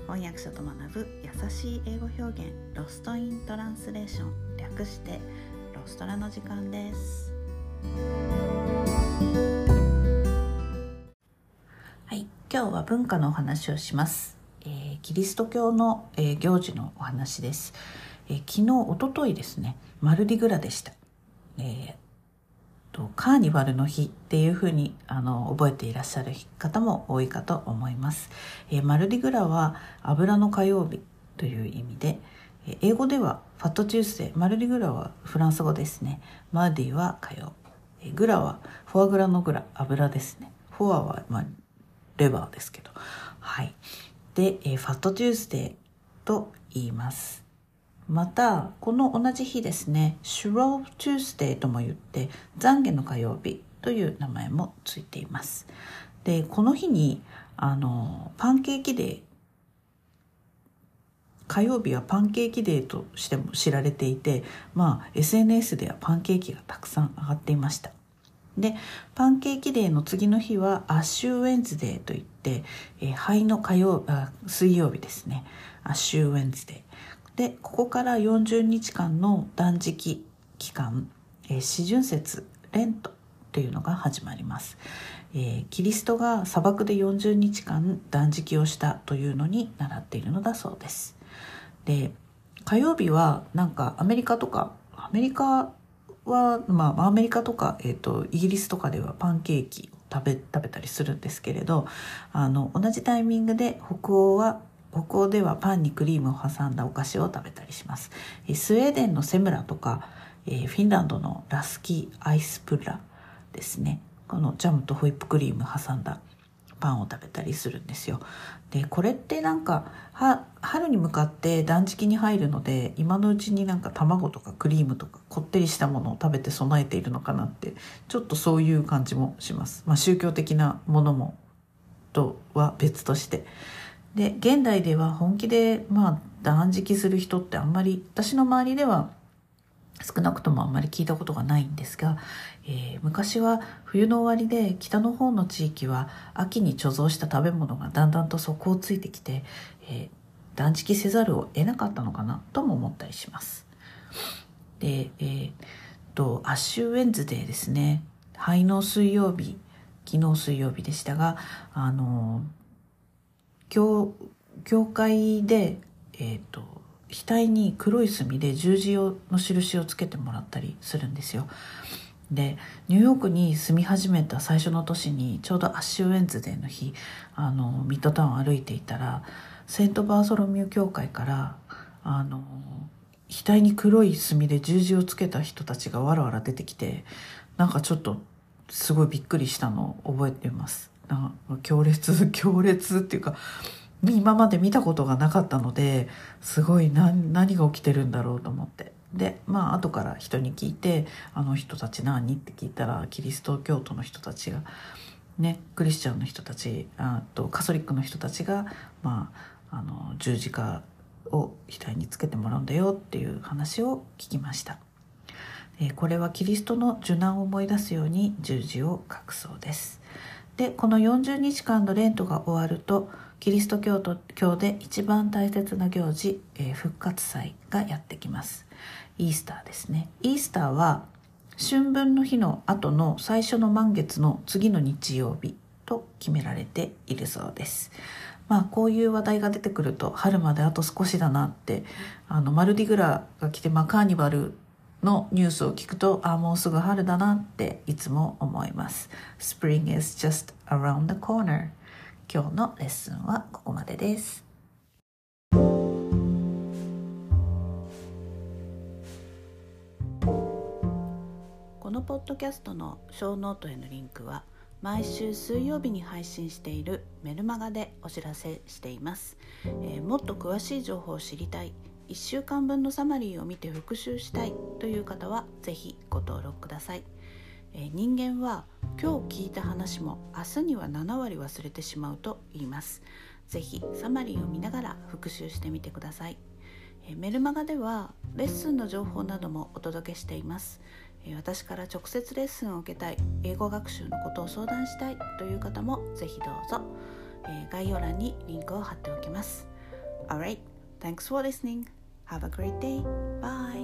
翻訳者と学ぶ優しい英語表現、ロストイントランスレーション、略してロストラの時間です。はい、今日は文化のお話をします。キリスト教の、行事のお話です。昨日、一昨日ですね、マルディグラでした。カーニバルの日っていうふうに覚えていらっしゃる方も多いかと思います。マルディグラは油の火曜日という意味で、英語ではファットチュースデー、マルディグラはフランス語ですね。マーディは火曜、グラはフォアグラのグラ、油ですね。フォアは、レバーですけど、はい。で、ファットチュースデーと言います。またこの同じ日ですね、シュローチュースデーとも言って懺悔の火曜日という名前もついています。で、この日にパンケーキデー、火曜日はパンケーキデーとしても知られていて、SNS ではパンケーキがたくさん上がっていました。で、パンケーキデーの次の日はアッシュウェンズデーといって、灰の水曜日ですね。アッシュウェンズデーで、ここから40日間の断食期間、四旬節レントというのが始まります。キリストが砂漠で40日間断食をしたというのに倣っているのだそうです。で、火曜日はアメリカとかイギリスとかではパンケーキを食べたりするんですけれど、同じタイミングで北欧ではパンにクリームを挟んだお菓子を食べたりします。スウェーデンのセムラとか、フィンランドのラスキアイスプラですね。このジャムとホイップクリーム挟んだパンを食べたりするんですよ。で、これって春に向かって断食に入るので、今のうちに卵とかクリームとかこってりしたものを食べて備えているのかなって、ちょっとそういう感じもします。宗教的なものもとは別として。で、現代では本気で断食する人ってあんまり、私の周りでは少なくともあんまり聞いたことがないんですが、昔は冬の終わりで北の方の地域は秋に貯蔵した食べ物がだんだんと底をついてきて、断食せざるを得なかったのかなとも思ったりします。で、アッシュウェンズデーですね。灰の水曜日、昨日水曜日でしたが、教会で、額に黒い墨で十字の印をつけてもらったりするんですよ。で、ニューヨークに住み始めた最初の年にちょうどアッシュウェンズデーの日、ミッドタウンを歩いていたら、セントバーソロミュー教会から額に黒い墨で十字をつけた人たちがわらわら出てきて、ちょっとすごいびっくりしたのを覚えています。強烈っていうか、今まで見たことがなかったので、すごい何が起きてるんだろうと思って。で、後から人に聞いて、あの人たち何って聞いたら、キリスト教徒の人たちがね、クリスチャンの人たち、カソリックの人たちが十字架を額につけてもらうんだよっていう話を聞きました。これはキリストの受難を思い出すように十字を書くそうです。で、この40日間のレントが終わると、キリスト教で一番大切な行事、復活祭がやってきます。イースターですね。イースターは春分の日の後の最初の満月の次の日曜日と決められているそうです。こういう話題が出てくると、春まであと少しだなって、マルディグラが来て、カーニバルのニュースを聞くと、もうすぐ春だなっていつも思います。Spring is just around the corner。 今日のレッスンはここまでです。このポッドキャストのショーノートへのリンクは毎週水曜日に配信しているメルマガでお知らせしています。もっと詳しい情報を知りたい、1週間分のサマリーを見て復習したいという方はぜひご登録ください。人間は今日聞いた話も明日には7割忘れてしまうと言います。ぜひサマリーを見ながら復習してみてください。メルマガではレッスンの情報などもお届けしています。私から直接レッスンを受けたい、英語学習のことを相談したいという方もぜひどうぞ。概要欄にリンクを貼っておきます。 Alright, thanks for listening. Have a great day. Bye.